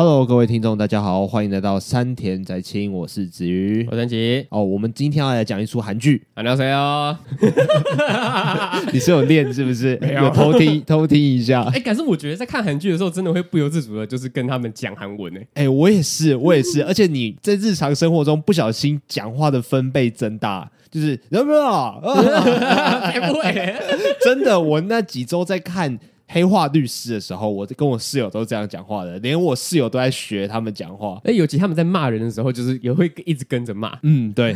Hello， 各位听众，大家好，欢迎来到山田宅青，我是子瑜， 我是吉。 我们今天要来讲一出韩剧。 안녕하세요。 你是有练是不是？ 没有， 有偷听一下。 可是我觉得在看韩剧的时候，真的会不由自主的，就是跟他们讲韩文。 我也是，而且你在日常生活中不小心讲话的分贝增大。就是有没有？ 才不会， 真的，我那几周在看黑化律师的时候，我跟我室友都这样讲话的，连我室友都在学他们讲话。 尤其他们在骂人的时候，就是也会一直跟着骂。 对。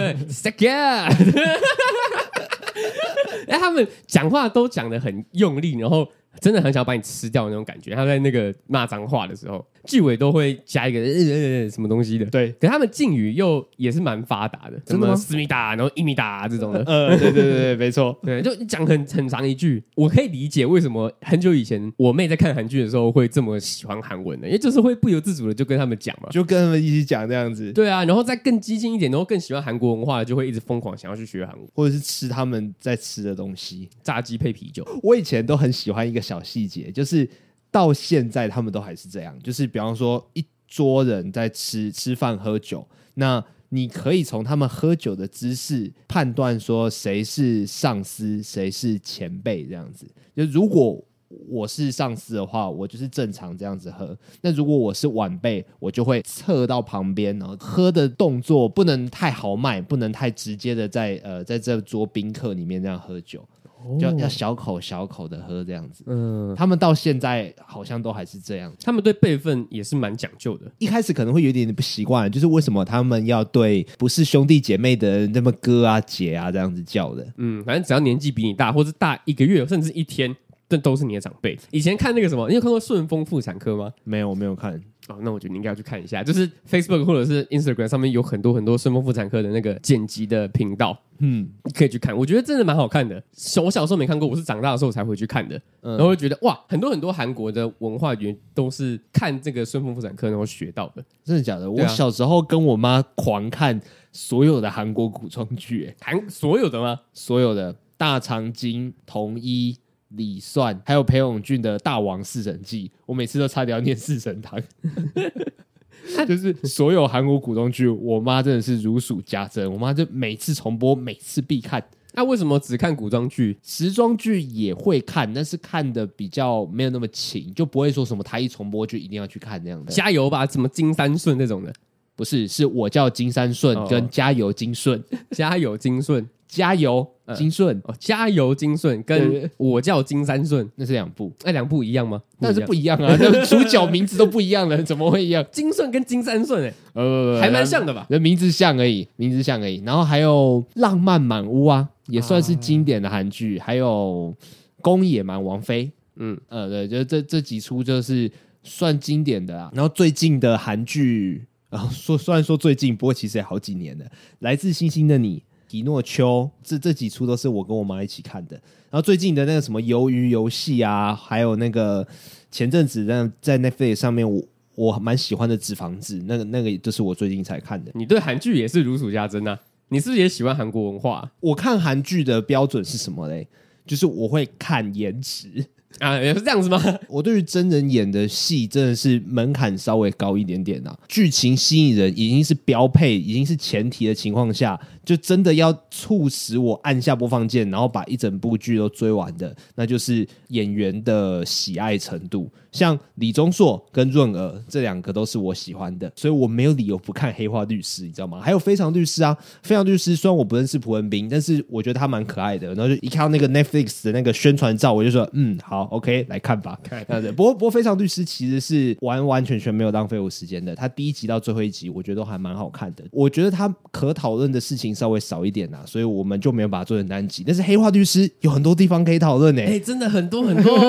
他们讲话都讲得很用力，然后真的很想要把你吃掉的那种感觉。他在那个骂脏话的时候，句尾都会加一个什么东西的。 对， 可他们敬语又也是蛮发达的， 真的吗？ 思密达，然后伊米达这种的。 对，没错。 对，就讲很长一句，我可以理解为什么很久以前我妹在看韩剧的时候会这么喜欢韩文的，因为就是会不由自主的就跟他们讲嘛， 就跟他们一起讲这样子。 对啊，然后再更激进一点，然后更喜欢韩国文化的，就会一直疯狂想要去学韩文， 或者是吃他们在吃的东西， 炸鸡配啤酒。 我以前都很喜欢一个小细节，就是到现在他们都还是这样，就是比方说一桌人在吃饭喝酒，那你可以从他们喝酒的姿势判断说谁是上司谁是前辈这样子。就如果我是上司的话，我就是正常这样子喝，那如果我是晚辈，我就会侧到旁边，然后喝的动作不能太豪迈，不能太直接的在这桌宾客里面这样喝酒，就要小口小口的喝这样子。他们到现在好像都还是这样。 他们对辈分也是蛮讲究的。 一开始可能会有点不习惯，就是为什么他们要对不是兄弟姐妹的人那么哥啊姐啊这样子叫的。 反正只要年纪比你大，或是大1个月甚至1天，这都是你的长辈。以前看那个什么，你有看过《顺丰妇产科》吗？ 没有，我没有看。 那我觉得你应该要去看一下，就是 Facebook 或者是 Instagram 上面有很多顺丰妇产科的那个剪辑的频道，可以去看。我觉得真的蛮好看的。我小时候没看过，我是长大的时候才回去看的，然后会觉得哇，很多韩国的文化源都是看这个顺丰妇产科然后学到的。 真的假的？我小时候跟我妈狂看所有的韩国古装剧， 所有的吗？ 所有的大长今、统一、李算，还有裴勇俊的《大王四神记》，我每次都差点要念四神汤。就是所有韩国古装剧，我妈真的是如数家珍，我妈就每次重播，每次必看。 那为什么只看古装剧？ 时装剧也会看，但是看的比较没有那么勤，就不会说什么他一重播就一定要去看那样的。 加油吧，什么金三顺那种的。 不是，是我叫金三顺跟加油金顺， 加油金顺， 加油金顺， 加油金顺跟我叫金三顺， 那是2部， 那2部一样吗？ 但是不一样啊，主角名字都不一样了，怎么会一样？ 金顺跟金三顺，还蛮像的吧？ 名字像而已，然后还有浪漫满屋啊，也算是经典的韩剧，还有宫野蛮王妃，对，就这几出就是算经典的啊。然后最近的韩剧。虽然说最近，不过其实也好几年了。来自星星的你、匹诺丘，这几出都是我跟我妈一起看的。然后最近的那个什么鱿鱼游戏啊，还有那个前阵子在 Netflix 上面我蛮喜欢的纸房子，那个也就是我最近才看的。 你对韩剧也是如数家珍啊？你是不是也喜欢韩国文化？ 我看韩剧的标准是什么嘞？就是我会看颜值。 也是这样子吗？ 我对于真人演的戏真的是门槛稍微高一点点啊，剧情吸引人已经是标配，已经是前提的情况下，就真的要促使我按下播放键，然后把一整部剧都追完的，那就是演员的喜爱程度。像李钟硕跟润儿这2个都是我喜欢的，所以我没有理由不看黑化律师，你知道吗？还有非常律师啊，非常律师虽然我不认识朴恩斌，但是我觉得他蛮可爱的，然后就一看到那个 Netflix 的那个宣传照，我就说好 OK 来看吧。不过非常律师其实是完全没有浪费我时间的，他第1集到最后1集我觉得都还蛮好看的。我觉得他可讨论的事情稍微少一点啊，所以我们就没有把它做成单集，但是黑化律师有很多地方可以讨论真的很多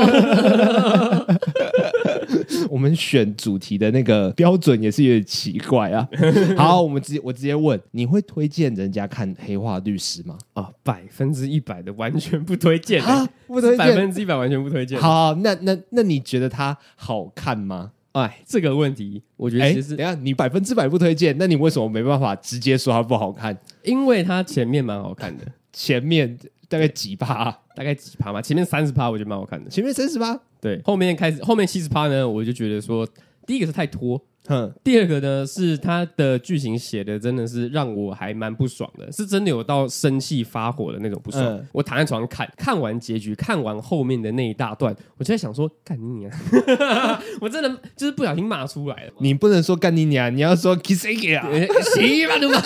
我们选主题的那个标准也是有点奇怪啊。好，我直接问，你会推荐人家看黑化律师吗 ？100%的完全不推荐不推荐 ，100%完全不推荐。 好，那你觉得它好看吗？ 这个问题我觉得其实等一下你100%不推荐，那你为什么没办法直接说它不好看？ 因为它前面蛮好看的， 前面大概几趴？ 大概几趴嘛？前面30%我觉得蛮好看的， 前面30%， 对，后面70%呢，我就觉得说第一个是太拖。 哼， 第二个呢，是他的剧情写的真的是让我还蛮不爽的，是真的有到生气发火的那种不爽。我躺在床上看完结局，看完后面的那一大段，我就在想说，干你娘！我真的就是不小心骂出来了。 你不能说干你娘，你要说 kiss it 啊， 行吧，对吧？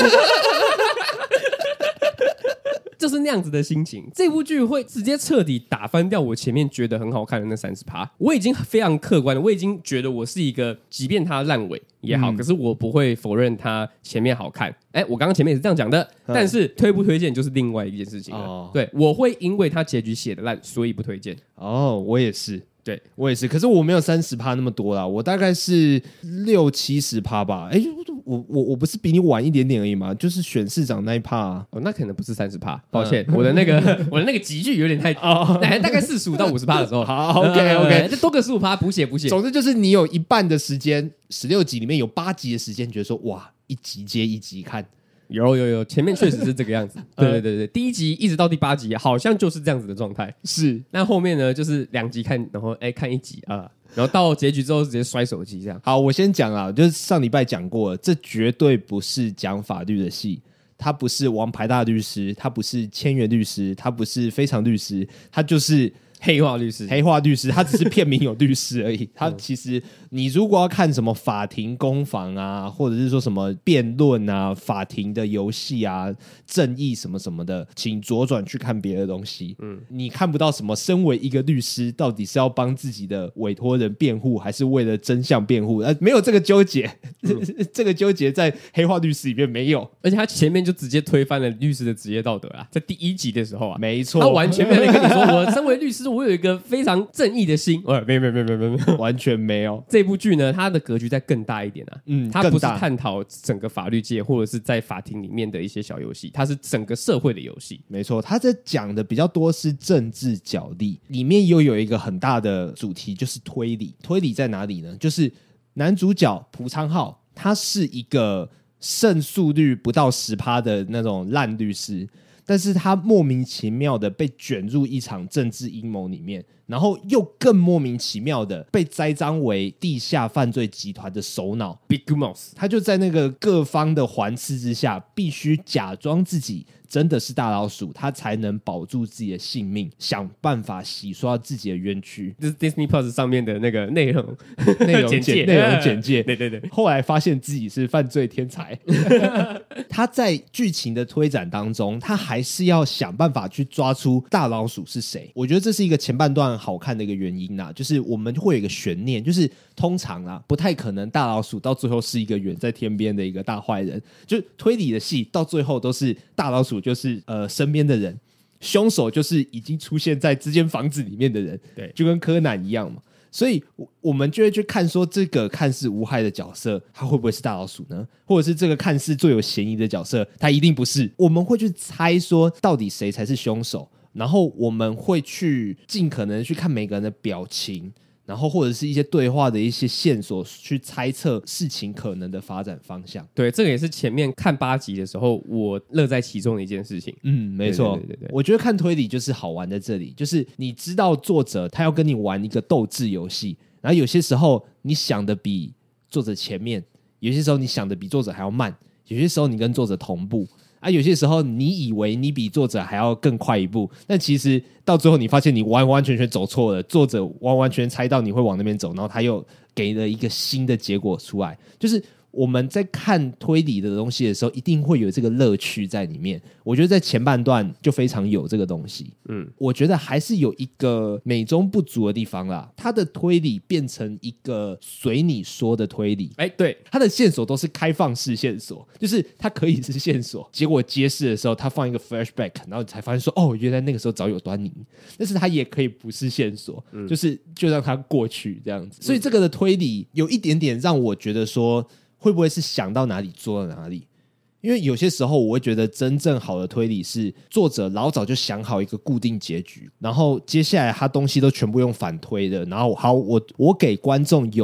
就是那样子的心情，这部剧会直接彻底打翻掉我前面觉得很好看的那30%。我已经非常客观了，我已经觉得我是一个，即便它烂尾也好，可是我不会否认它前面好看。我刚刚前面也是这样讲的，但是推不推荐就是另外一件事情了。对，我会因为它结局写的烂，所以不推荐。 我也是。 对， 我也是，可是我没有30%那么多啦，我大概是60-70%吧。我不是比你晚一点点而已嘛，就是选市长那一趴啊。 那可能不是30%，抱歉，我的那个集距有点太大概45%到50%的时候。 好 ，OK， 再多个15%补血。 总之就是你有一半的时间，16集里面有8集的时间，觉得说哇，一集接一集看。 有，前面确实是这个样子。对，第1集一直到第8集，好像就是这样子的状态。 是， 那后面呢，就是2集看，然后看1集啊，然后到结局之后直接摔手机这样。 好，我先讲啊，就是上礼拜讲过了，这绝对不是讲法律的戏，他不是王牌大律师，他不是千元律师，他不是非常律师，他就是黑化律师， 他只是片名有律师而已。他其实你如果要看什么法庭攻防啊，或者是说什么辩论啊、法庭的游戏啊、正义什么什么的，请左转去看别的东西。你看不到什么身为一个律师到底是要帮自己的委托人辩护，还是为了真相辩护，没有这个纠结。这个纠结在黑化律师里面没有， 而且他前面就直接推翻了律师的职业道德啊，在第1集的时候啊， 没错， 他完全没有跟你说我身为律师我有一个非常正义的心。没有， 完全没有。 这部剧呢，它的格局再更大一点啊。它不是探讨整个法律界或者是在法庭里面的一些小游戏，它是整个社会的游戏。 没错，他在讲的比较多是政治角力，里面又有一个很大的主题就是推理。推理在哪里呢？就是男主角朴昌浩，他是一个胜诉率不到10%的那种烂律师，但是他莫名其妙的被卷入一场政治阴谋里面，然后又更莫名其妙的被栽赃为地下犯罪集团的首脑 Big Mouse。 他就在那个各方的环伺之下，必须假装自己真的是大老鼠，他才能保住自己的性命，想办法洗刷自己的冤屈。 这是 Disney Plus 上面的那个内容简介。 对， 后来发现自己是犯罪天才。他在剧情的推展当中，他还是要想办法去抓出大老鼠是谁。我觉得这是一个前半段好看的一个原因啦，就是我们会有一个悬念，就是通常啦不太可能大老鼠到最后是一个远在天边的一个大坏人，就是推理的戏到最后都是大老鼠就是身边的人，凶手就是已经出现在这间房子里面的人， 对， 就跟柯南一样嘛。所以我们就会去看说，这个看似无害的角色他会不会是大老鼠呢？或者是这个看似最有嫌疑的角色他一定不是。我们会去猜说到底谁才是凶手，然后我们会去尽可能去看每个人的表情，然后或者是一些对话的一些线索，去猜测事情可能的发展方向。 对，这个也是前面看8集的时候我乐在其中的一件事情。 没错，对，我觉得看推理就是好玩在这里，就是你知道作者他要跟你玩一个斗智游戏，然后有些时候你想的比作者前面，有些时候你想的比作者还要慢，有些时候你跟作者同步有些时候你以为你比作者还要更快一步，但其实到最后你发现你完完全全走错了，作者完完全猜到你会往那边走，然后他又给了一个新的结果出来。就是我们在看推理的东西的时候，一定会有这个乐趣在里面。我觉得在前半段就非常有这个东西。我觉得还是有一个美中不足的地方啦，他的推理变成一个随你说的推理。 对， 他的线索都是开放式线索，就是它可以是线索，结果揭示的时候他放一个 flashback， 然后你才发现说原来那个时候早有端倪。但是他也可以不是线索，就让它过去这样子。所以这个的推理有一点点让我觉得说，会不会是想到哪里做到哪里？因为有些时候我会觉得真正好的推理是作者老早就想好一个固定结局，然后接下来他东西都全部用反推的，然后好，我给观众有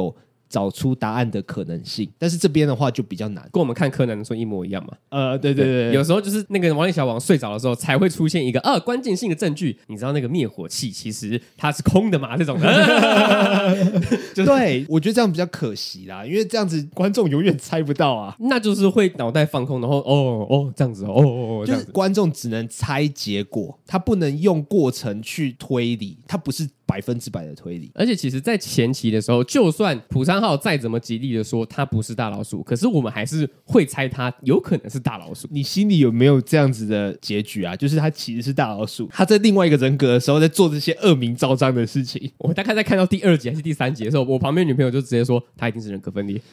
找出答案的可能性。但是这边的话就比较难， 跟我们看柯南的时候一模一样嘛。 对对对， 有时候就是那个王力小王睡着的时候才会出现一个关键性的证据，你知道那个灭火器其实它是空的嘛？这种的， 对，我觉得这样比较可惜啦，因为这样子观众永远猜不到啊。 那就是会脑袋放空，然后这样子就是观众只能猜结果，他不能用过程去推理，他不是100%的推理。 而且其实在前期的时候，就算朴山浩再怎么极力的说他不是大老鼠，可是我们还是会猜他有可能是大老鼠。 你心里有没有这样子的结局啊？就是他其实是大老鼠，他在另外一个人格的时候在做这些恶名昭彰的事情。 我大概在看到第2集还是第3集的时候，我旁边女朋友就直接说他一定是人格分裂。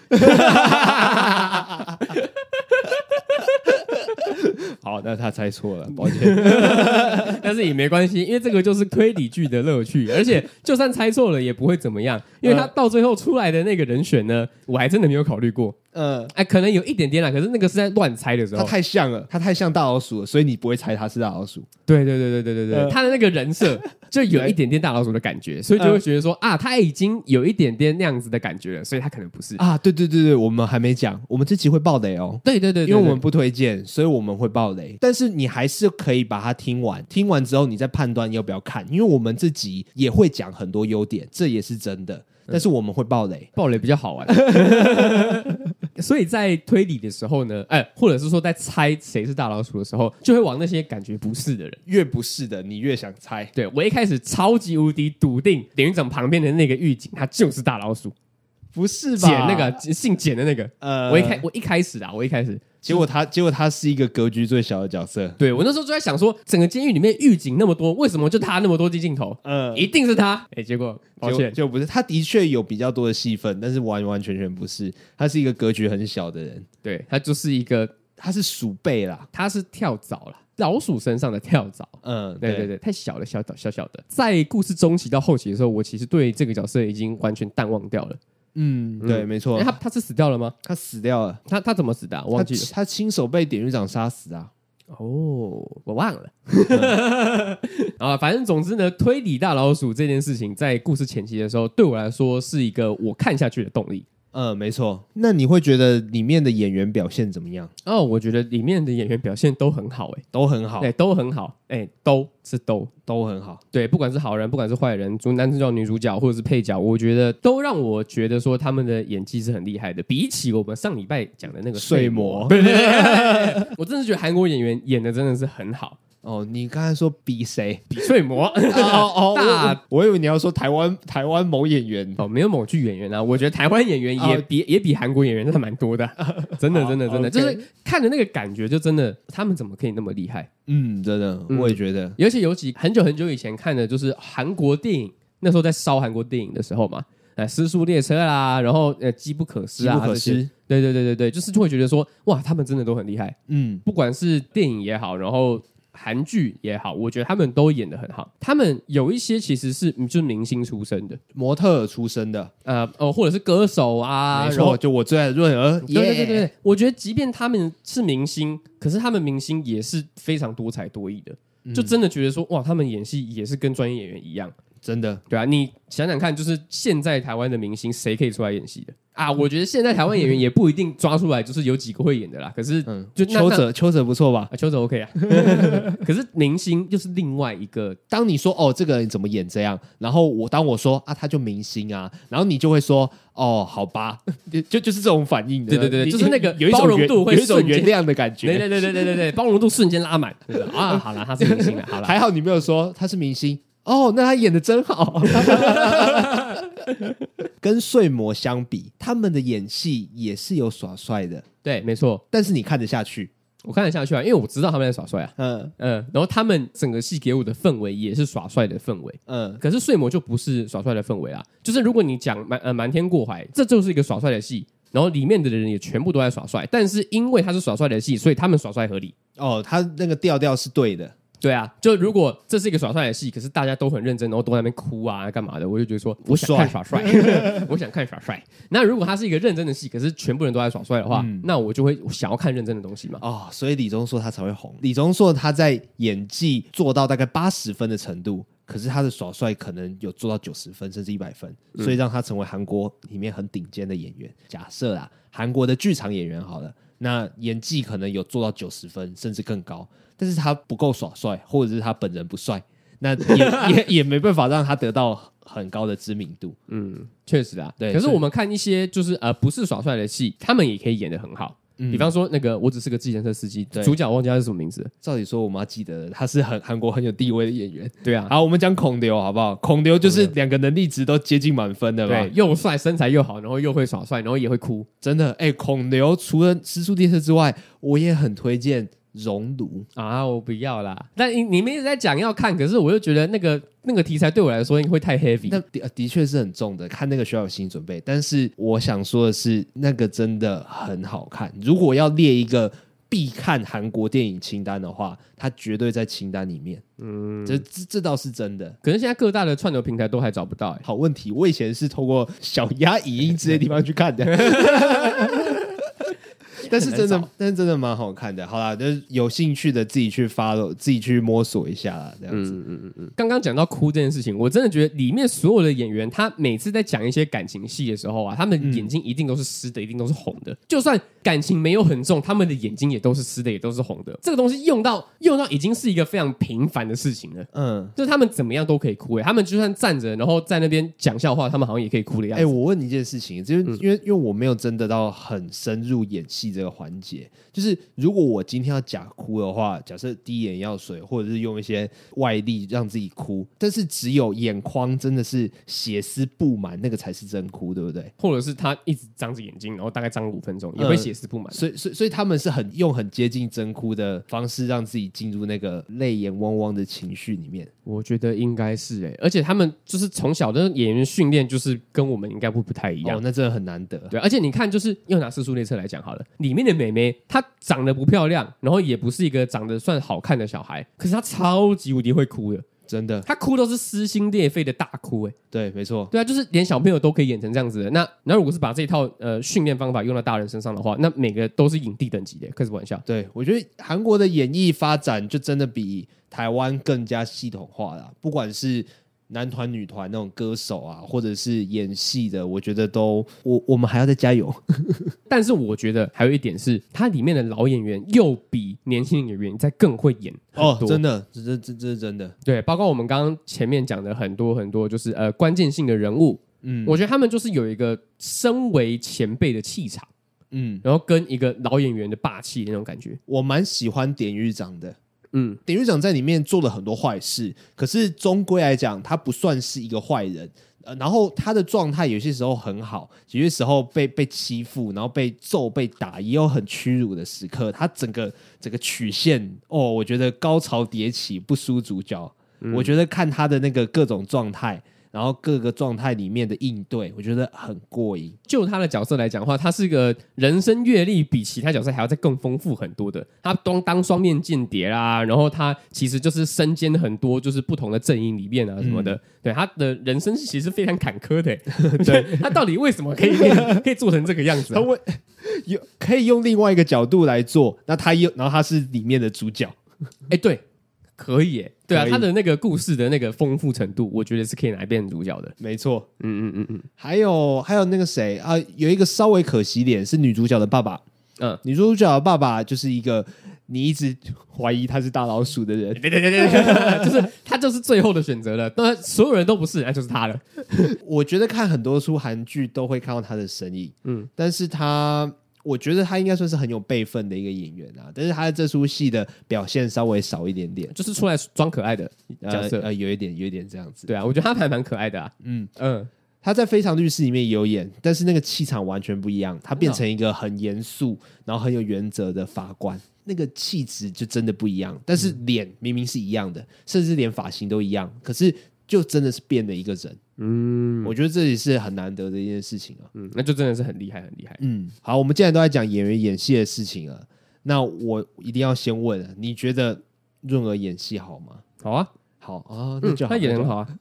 好，那他猜错了，抱歉。 但是也没关系，因为这个就是推理剧的乐趣，而且就算猜错了也不会怎么样，因为他到最后出来的那个人选呢，我还真的没有考虑过。可能有一点点啦，可是那个是在乱猜的时候， 他太像了，他太像大老鼠了，所以你不会猜他是大老鼠。 对，他的那个人设就有一点点大老鼠的感觉，所以就会觉得说他已经有一点点那样子的感觉了，所以他可能不是啊。对，我们还没讲，我们这集会爆雷哦。 对， 因为我们不推荐，所以我们会爆雷。但是你还是可以把它听完，听完之后你再判断要不要看，因为我们这集也会讲很多优点，这也是真的。但是我们会爆雷， 爆雷比较好玩。所以在推理的时候呢，或者是说在猜谁是大老鼠的时候，就会往那些感觉不是的人， 越不是的你越想猜。 对，我一开始超级无敌笃定典狱长旁边的那个狱警他就是大老鼠， 不是吧？ 简那个姓简的那个，我一开始结果他是一个格局最小的角色。 对，我那时候就在想说，整个监狱里面狱警那么多，为什么就他那么多镜头？一定是他。结果抱歉， 就不是。他的确有比较多的戏份，但是完完全全不是。他是一个格局很小的人。 对，他就是一个， 他是鼠辈啦， 他是跳蚤啦，老鼠身上的跳蚤。对，太小了，小的。在故事中期到后期的时候，我其实对这个角色已经完全淡忘掉了。 对，没错。 他是死掉了吗？ 他死掉了。 他怎么死的？我忘记了。 他亲手被典狱长杀死啊。 我忘了。反正总之呢，推理大老鼠这件事情在故事前期的时候，对我来说是一个我看下去的动力。 没错。那你会觉得里面的演员表现怎么样？ 我觉得里面的演员表现都很好， 都很好， 对，都很好， 都很好。 对，不管是好人，不管是坏人，男主角、女主角或者是配角，我觉得都让我觉得说他们的演技是很厉害的。比起我们上礼拜讲的那个睡魔，对，我真的觉得韩国演员演的真的是很好。 你刚才说比谁？ 比睡魔。 我以为你要说台湾某演员。 没有某剧演员啊，我觉得台湾演员也比韩国演员真的蛮多的。真的，就是看的那个感觉，就真的他们怎么可以那么厉害？ 真的，我也觉得。 尤其很久很久以前看的，就是韩国电影，那时候在烧韩国电影的时候嘛，失速列车啦，然后机不可失啊，对，就是就会觉得说，哇，他们真的都很厉害。不管是电影也好，然后韩剧也好，我觉得他们都演得很好。他们有一些其实是就是明星出身的， 模特儿出身的， 或者是歌手啊。 没错，就我最爱的润儿。 对，我觉得即便他们是明星，可是他们明星也是非常多才多艺的，就真的觉得说，哇，他们演戏也是跟专业演员一样。 真的。 对啊，你想想看，就是现在台湾的明星谁可以出来演戏的啊？我觉得现在台湾演员也不一定抓出来，就是有几个会演的啦。可是，就邱泽不错吧？ 邱泽 OK 啊。可是明星就是另外一个。 当你说这个人怎么演这样，然后当我说他就明星啊，然后你就会说好吧，就是这种反应的。 对，就是那个包容度会有一种原谅的感觉。 对，包容度瞬间拉满。好了，他是明星了，好了， 还好你没有说他是明星。那他演的真好。跟睡魔相比，他们的演戏也是有耍帅的。 对，没错。 但是你看得下去？ 我看得下去啊，因为我知道他们在耍帅啊。然后他们整个戏给我的氛围也是耍帅的氛围。可是睡魔就不是耍帅的氛围啦。就是如果你讲瞒天过海，这就是一个耍帅的戏，然后里面的人也全部都在耍帅，但是因为他是耍帅的戏，所以他们耍帅合理。 他那个调调是对的。 对啊，就如果这是一个耍帅的戏，可是大家都很认真，然后都在那边哭啊干嘛的，我就觉得说我想看耍帅。我想看耍帅。那如果他是一个认真的戏，可是全部人都在耍帅的话，那我就会想要看认真的东西嘛。 所以李钟硕他才会红。李钟硕他在演技做到大概80分的程度， 可是他的耍帅可能有做到90分甚至100分，所以让他成为韩国里面很顶尖的演员。假设啦，韩国的剧场演员好了，那演技可能有做到90分甚至更高，但是他不够耍帅，或者是他本人不帅，那也没办法让他得到很高的知名度。 确实啊。 对， 可是我们看一些就是不是耍帅的戏，他们也可以演得很好。比方说那个我只是个计程车司机，主角忘记他是什么名字了。 照理说我们要记得他是韩国很有地位的演员。 对啊， 好，我们讲孔刘好不好？孔刘就是2个能力值都接近满分的吧？ 对，又帅，身材又好，然后又会耍帅，然后也会哭。 真的，孔刘除了《失速列车》之外，我也很推荐熔炉啊，我不要啦。但你们一直在讲要看，可是我又觉得那个题材对我来说应该会太 heavy。 那的确是很重的，看那个需要有心理准备。但是我想说的是，那个真的很好看。如果要列一个必看韩国电影清单的话，它绝对在清单里面。这倒是真的。 可是现在各大的串流平台都还找不到。 好问题，我以前是透过小鸭影音之类的地方去看的。但是真的蛮好看的。好啦，就是有兴趣的自己去 follow， 自己去摸索一下啦，这样子。 刚刚讲到哭这件事情，我真的觉得里面所有的演员，他每次在讲一些感情戏的时候啊，他们眼睛一定都是湿的，一定都是红的。就算感情没有很重，他们的眼睛也都是湿的，也都是红的。这个东西用到已经是一个非常平凡的事情了。就是他们怎么样都可以哭。他们就算站着，然后在那边讲笑话，他们好像也可以哭的样子。 我问你一件事情，就是因为我没有真的到很深入演戏这个环节，就是如果我今天要假哭的话，假设滴眼药水或者是用一些外力让自己哭，但是只有眼眶真的是血丝布满，那个才是真哭，对不对？ 或者是他一直张着眼睛，然后大概张5分钟，也会血丝布满。 所以他们是用很接近真哭的方式，让自己进入那个泪眼汪汪的情绪里面。 我觉得应该是而且他们就是从小的演员训练，就是跟我们应该不太一样。 那真的很难得。 对，而且你看，就是又拿《失速列车》来讲好了，里面的美眉她长得不漂亮，然后也不是一个长得算好看的小孩，可是她超级无敌会哭的。 真的， 他哭都是撕心裂肺的大哭。 对，没错， 对啊，就是连小朋友都可以演成这样子的。那如果是把这一套训练方法用到大人身上的话，那每个都是影帝等级的，开什么玩笑？ 对，我觉得韩国的演艺发展就真的比台湾更加系统化了，不管是男团女团那种歌手啊，或者是演戏的，我觉得都我们还要再加油。 但是我觉得还有一点是，它里面的老演员又比年轻演员再更会演很多。 真的，这是真的。 对，包括我们刚刚前面讲的很多很多，就是关键性的人物，我觉得他们就是有一个身为前辈的气场，然后跟一个老演员的霸气那种感觉。 我蛮喜欢典狱长的。典狱长在里面做了很多坏事，可是终归来讲，他不算是一个坏人。然后他的状态有些时候很好，有些时候被欺负，然后被揍、被打，也有很屈辱的时刻。他整个曲线，我觉得高潮迭起，不输主角。我觉得看他的那个各种状态，然后各个状态里面的应对，我觉得很过瘾。 就他的角色来讲的话，他是个人生阅历比其他角色还要再更丰富很多的。他当双面间谍啦，然后他其实就是身兼很多就是不同的阵营里面啊什么的。对，他的人生其实非常坎坷的。对，他到底为什么可以做成这个样子？ 可以用另外一个角度来做，然后他是里面的主角。 对。可以耶，对啊，他的那个故事的那个丰富程度，我觉得是可以拿变主角的。 没错，还有那个谁啊，有一个稍微可惜点是女主角的爸爸。女主角的爸爸就是一个你一直怀疑他是大老鼠的人。 对，就是他就是最后的选择了，当然所有人都不是，那就是他了。 我觉得看很多出韩剧都会看到他的身影，但是我觉得他应该算是很有辈分的一个演员啊，但是他在这出戏的表现稍微少一点点， 就是出来装可爱的角色， 有一点这样子。 对啊，我觉得他还蛮可爱的啊。 他在《非常律师》里面也有演，但是那个气场完全不一样，他变成一个很严肃，然后很有原则的法官，那个气质就真的不一样。但是脸明明是一样的，甚至连发型都一样，可是就真的是变了一个人。我觉得这也是很难得的一件事情啊。 那就真的是很厉害，很厉害。 好，我们既然都在讲演员演戏的事情了，那我一定要先问，你觉得润儿演戏好吗？ 好啊， 好啊，那就好。 他演得很好啊。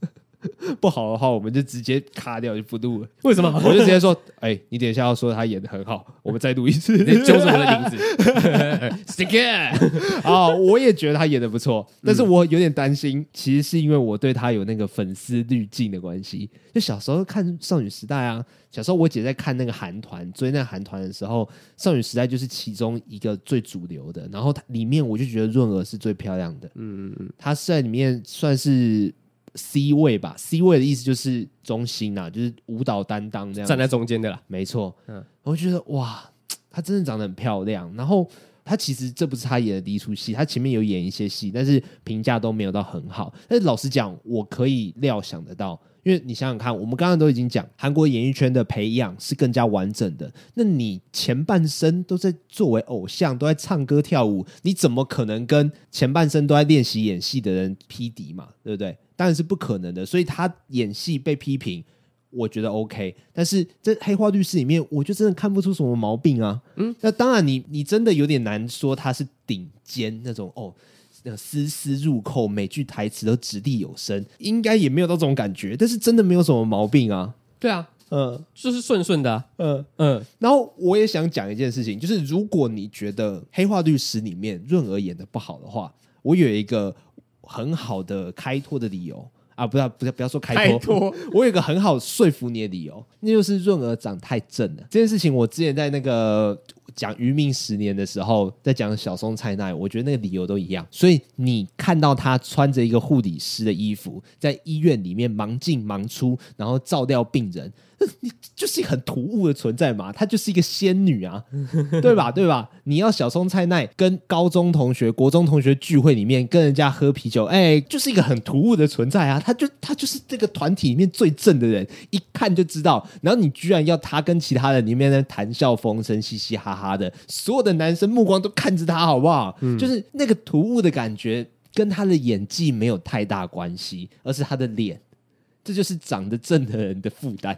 不好的话，我们就直接卡掉就不录了。 为什么？ 我就直接说，你等一下要说他演的很好，我们再录一次。 你揪着我的领子 ，Stick 啊！我也觉得他演的不错，但是我有点担心，其实是因为我对他有那个粉丝滤镜的关系。就小时候看少女时代啊，小时候我姐在看那个韩团，追那个韩团的时候，少女时代就是其中一个最主流的。然后里面我就觉得润儿是最漂亮的，她是在里面算是 C 位吧 ，C 位的意思就是中心啊，就是舞蹈担当这样， 站在中间的啦， 没错。我觉得哇，她真的长得很漂亮。然后她其实这不是她演的第一出戏，她前面有演一些戏，但是评价都没有到很好。但是老实讲，我可以料想得到。因为你想想看，我们刚刚都已经讲，韩国演艺圈的培养是更加完整的。那你前半生都在作为偶像，都在唱歌跳舞，你怎么可能跟前半生都在练习演戏的人匹敌嘛？对不对？当然是不可能的。所以他演戏被批评，我觉得 OK。但是在《黑化律师》里面，我就真的看不出什么毛病啊。那当然你真的有点难说他是顶尖那种丝丝入扣，每句台词都掷地有声，应该也没有到这种感觉，但是真的没有什么毛病啊。 对啊，就是顺顺的啊， 然后我也想讲一件事情，就是如果你觉得《黑化律师》里面润儿演的不好的话，我有一个很好的开脱的理由啊，不要说开脱，我有一个很好说服你的理由，那就是润儿长太正了。这件事情我之前在那个讲《余命10年》的时候，在讲小松菜奈，我觉得那个理由都一样。所以你看到他穿着一个护理师的衣服，在医院里面忙进忙出，然后照料病人，你就是一个很突兀的存在嘛，她就是一个仙女啊，对吧？对吧？你要小松菜奈跟高中同学、国中同学聚会里面跟人家喝啤酒，就是一个很突兀的存在啊，她就是这个团体里面最正的人，一看就知道。然后你居然要她跟其他人里面的谈笑风生、嘻嘻哈哈的，所有的男生目光都看着她，好不好？就是那个突兀的感觉，跟她的演技没有太大关系，而是她的脸。这就是长得正的人的负担。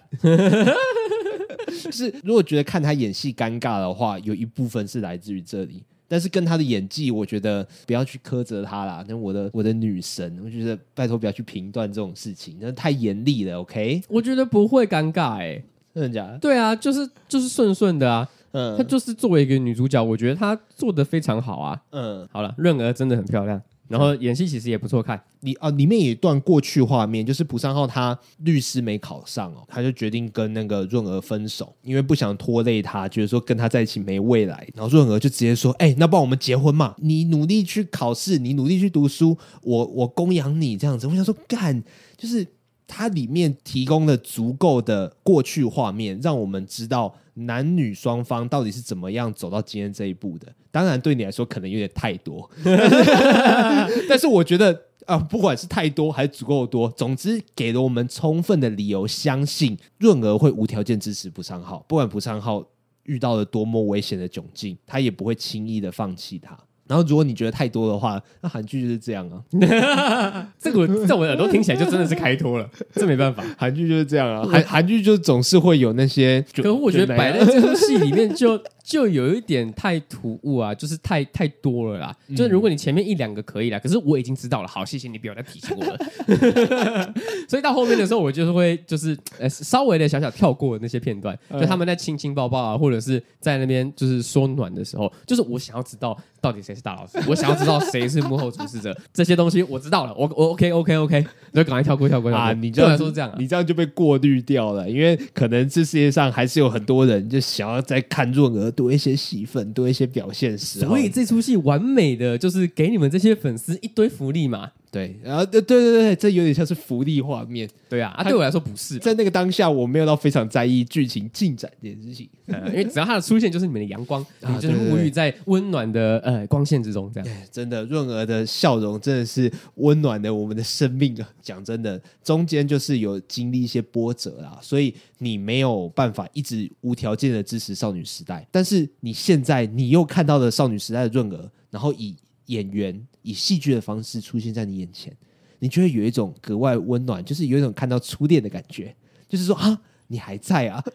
就是如果觉得看他演戏尴尬的话，有一部分是来自于这里，但是跟他的演技，我觉得不要去苛责他啦。那我的女神，我觉得拜托不要去评断这种事情，那太严厉了。OK， 我觉得不会尴尬真的假的？ 对啊，就是顺顺的啊。她就是作为一个女主角，我觉得她做得非常好啊。好了，润儿真的很漂亮。然后演戏其实也不错看， 里面有一段过去画面，就是朴尚浩他律师没考上他就决定跟那个润儿分手，因为不想拖累他，觉得说跟他在一起没未来。然后润儿就直接说：“那不然我们结婚嘛？你努力去考试，你努力去读书，我供养你这样子。”我想说，干，就是它里面提供了足够的过去画面，让我们知道男女双方到底是怎么样走到今天这一步的。当然对你来说可能有点太多，但是我觉得不管是太多还是足够多，总之给了我们充分的理由相信润儿会无条件支持朴尚浩，不管朴尚浩遇到了多么危险的窘境，他也不会轻易的放弃他。然后如果你觉得太多的话，那韩剧就是这样啊。 这个在我耳朵听起来就真的是开脱了，这没办法， 韩剧就是这样啊。韩剧就总是会有那些， 可是我觉得摆在这出戏里面就有一点太突兀啊，就是太多了啦。就是如果你前面一两个可以啦，可是我已经知道了，好，谢谢你不要再提醒我了。所以到后面的时候，我就是会稍微的小跳过那些片段，就他们在亲亲抱抱啊，或者是在那边就是说暖的时候，就是我想要知道到底谁是大老师，我想要知道谁是幕后主事者，这些东西我知道了，我 OK， 就赶快跳过啊！ 你这样说这样，你这样就被过滤掉了，因为可能这世界上还是有很多人就想要再看润儿多一些戏份，多一些表现时候， 所以这出戏完美的就是给你们这些粉丝一堆福利嘛。 对，然后对，这有点像是福利画面。 对啊，对我来说不是， 在那个当下我没有到非常在意剧情进展这件事情， 因为只要它的出现就是你们的阳光，你们就是沐浴在温暖的光线之中，这样。 真的，润儿的笑容真的是温暖了我们的生命啊！讲真的，中间就是有经历一些波折啦，所以你没有办法一直无条件的支持少女时代，但是你现在你又看到了少女时代的润儿，然后以演员以戏剧的方式出现在你眼前，你就会有一种格外温暖，就是有一种看到初恋的感觉，就是说啊，你还在啊！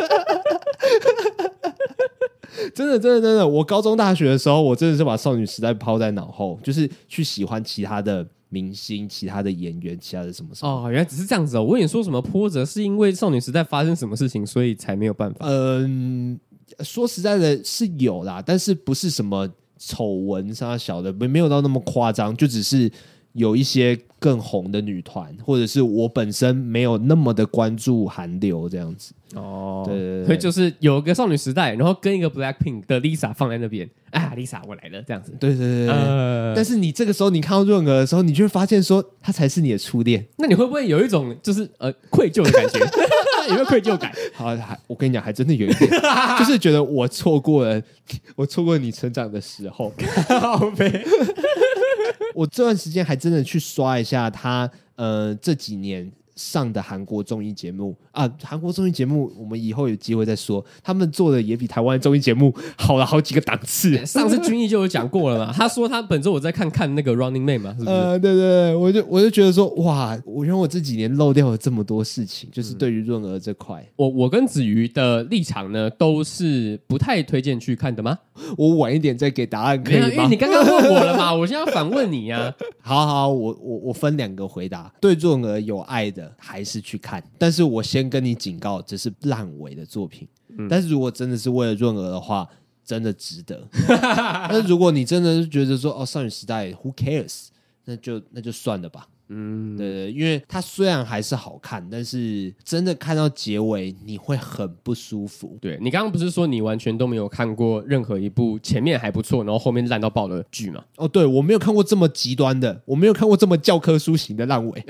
真的，我高中大学的时候，我真的是把少女时代抛在脑后，就是去喜欢其他的明星、其他的演员、其他的什么什么。 哦，原来只是这样子哦。我跟你说什么波折是因为少女时代发生什么事情，所以才没有办法。 说实在的是有啦，但是不是什么丑闻啥小的，没有到那么夸张，就只是有一些更红的女团，或者是我本身没有那么的关注韩流这样子。 哦， 对， 所以就是有个少女时代，然后跟一个 Blackpink 的 Lisa 放在那边，啊 ，Lisa 我来了这样子。 对，但是你这个时候你看到润儿的时候，你就会发现说，她才是你的初恋。 那你会不会有一种就是愧疚的感觉？有没有愧疚感？ 好，我跟你讲，还真的有一点，就是觉得我错过了你成长的时候。 好呗。 我这段时间还真的去刷一下他这几年上的韩国综艺节目啊，韩国综艺节目我们以后有机会再说，他们做的也比台湾综艺节目好了好几个档次。 上次君毅就有讲过了嘛，他说他本周我在看那个 Running Man 嘛，是不是？ 对，我就觉得说，哇，原来我这几年漏掉了这么多事情，就是对于润儿这块， 我跟子瑜的立场呢，都是不太推荐去看的吗？ 我晚一点再给答案可以吗？ 因为你刚刚问我了嘛，我现在要反问你啊。 好，我分2个回答，对润儿有爱的还是去看，但是我先跟你警告，这是烂尾的作品。但是如果真的是为了润儿的话，真的值得。但是如果你真的是觉得说，少女时代 who cares， 那就算了吧。对，因为它虽然还是好看，但是真的看到结尾你会很不舒服。 对，你刚刚不是说你完全都没有看过任何一部前面还不错，然后后面烂到爆的剧吗？ 哦，对，我没有看过这么极端的，我没有看过这么教科书型的烂尾。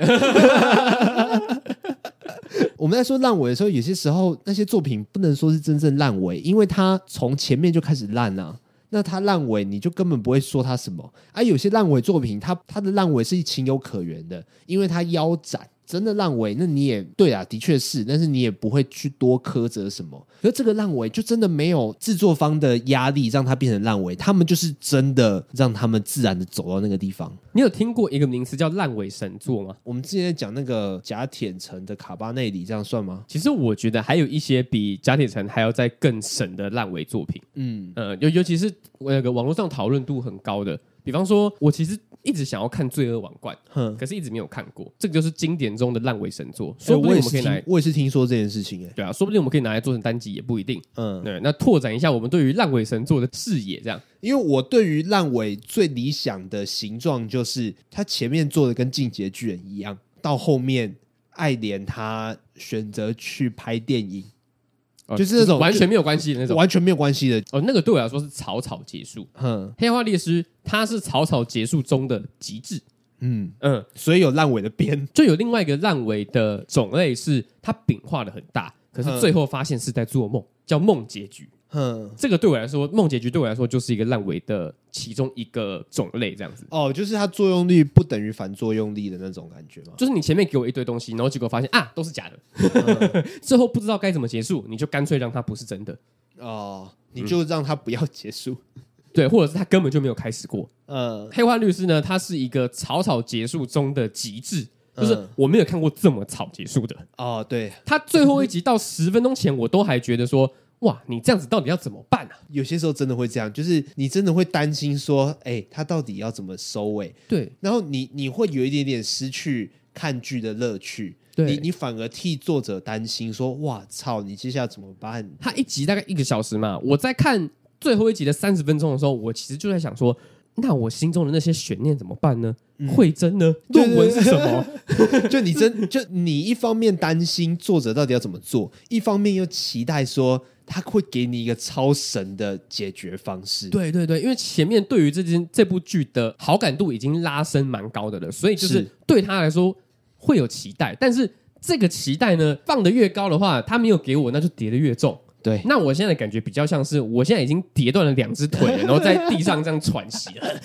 我们在说烂尾的时候，有些时候那些作品不能说是真正烂尾，因为它从前面就开始烂啊。那它烂尾，你就根本不会说它什么啊。有些烂尾作品，它的烂尾是情有可原的，因为它腰斩。真的烂尾，那你也对啊，的确是，但是你也不会去多苛责什么。可是这个烂尾就真的没有制作方的压力让它变成烂尾，他们就是真的让他们自然的走到那个地方。 你有听过一个名词叫烂尾神作吗？ 我们之前在讲那个甲铁城的卡巴内里，这样算吗？ 其实我觉得还有一些比甲铁城还要再更神的烂尾作品。尤其是那个网络上讨论度很高的，比方说我其实一直想要看《罪恶王冠》，可是一直没有看过。这个就是经典中的烂尾神作，说不定我们可以我也是听说这件事情对啊，说不定我们可以拿来做成单集也不一定。对，那拓展一下我们对于烂尾神作的视野，这样。 因为我对于烂尾最理想的形状就是他前面做的跟进击的巨人一样，到后面爱莲他选择去拍电影。就是那种完全没有关系的那种， 完全没有关系的那个对我来说是草草结束。黑化烈士它是草草结束中的极致。 所以有烂尾的边。 就有另外一个烂尾的种类是它饼画的很大，可是最后发现是在做梦，叫梦结局。这个对我来说，梦结局对我来说就是一个烂尾的其中一个种类，这样子。 就是它作用力不等于反作用力的那种感觉吗？ 就是你前面给我一堆东西，然后结果发现都是假的，最后不知道该怎么结束，你就干脆让它不是真的。 你就让它不要结束。 对，或者是它根本就没有开始过。黑化律师呢，它是一个草草结束中的极致。就是我没有看过这么草结束的。 对， 他最后一集到10分钟前，我都还觉得说，哇，你这样子到底要怎么办啊？ 有些时候真的会这样，就是你真的会担心说，他到底要怎么收尾？ 对， 然后你会有一点点失去看剧的乐趣。 对， 你反而替作者担心说，哇操，你接下来怎么办？ 他一集大概1个小时嘛，我在看最后一集的30分钟的时候，我其实就在想说，那我心中的那些悬念怎么办呢？慧珍呢？论文是什么？ 就你一方面担心作者到底要怎么做，一方面又期待说他会给你一个超神的解决方式。 对，因为前面对于这部剧的好感度已经拉升蛮高的了，所以就是对他来说会有期待，但是这个期待呢放得越高的话，他没有给我，那就跌得越重。 对， 那我现在的感觉比较像是，我现在已经跌断了2只腿了，然后在地上这样喘息了。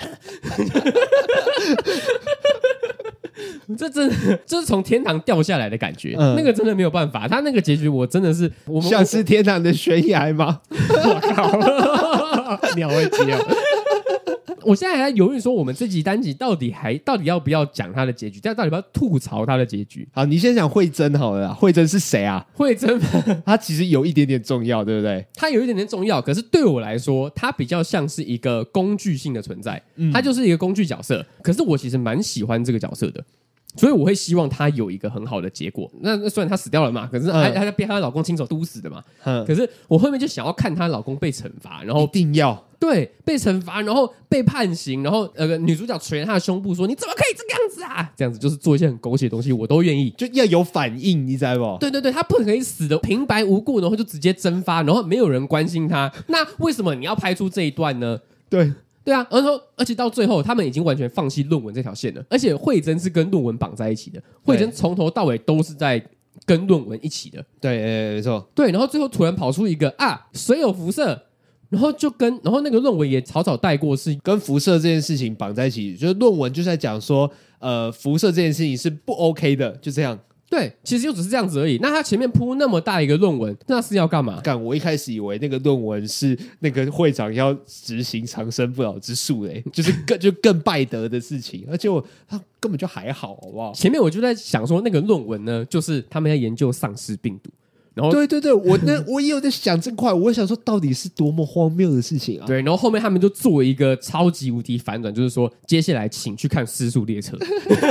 这真的就是从天堂掉下来的感觉，那个真的没有办法。他那个结局，我真的是像是天堂的悬崖吗？ 我靠，鸟会接哦。 我现在还在犹豫说，我们这集单集到底要不要讲他的结局，到底要不要吐槽他的结局？ 好，你先讲慧珍好了啦。慧珍是谁啊？ 慧珍他其实有一点点重要，对不对？ 他有一点点重要，可是对我来说，他比较像是一个工具性的存在，他就是一个工具角色。可是我其实蛮喜欢这个角色的。所以我会希望她有一个很好的结果。那虽然她死掉了嘛，可是她被她老公亲手毒死的嘛。可是我后面就想要看她老公被惩罚，然后一定要对被惩罚，然后被判刑，然后女主角捶她的胸部说：“你怎么可以这个样子啊？”这样子就是做一些很狗血的东西，我都愿意， 就要有反应，你知道不？ 对对对，她不可以死的平白无故，然后就直接蒸发，然后没有人关心她。那为什么你要拍出这一段呢？ 对。 对啊，而且到最后，他们已经完全放弃论文这条线了。而且慧珍是跟论文绑在一起的，慧珍从头到尾都是在跟论文一起的。 对，没错。 对，然后最后突然跑出一个水有辐射，然后那个论文也草草带过，是跟辐射这件事情绑在一起，就是论文就在讲说，辐射这件事情是不 OK 的，就这样。 对，其实就只是这样子而已。那他前面铺那么大一个论文，那是要干嘛？ 我一开始以为那个论文是那个会长要执行长生不老之术嘞，就是更败德的事情，而且他根本就还好，好不好？ 前面我就在想说，那个论文呢，就是他们在研究丧尸病毒。然后对，我也有在想这块，我想说到底是多么荒谬的事情啊！ 对，然后后面他们就做一个超级无敌反转，就是说接下来请去看《失速列车》。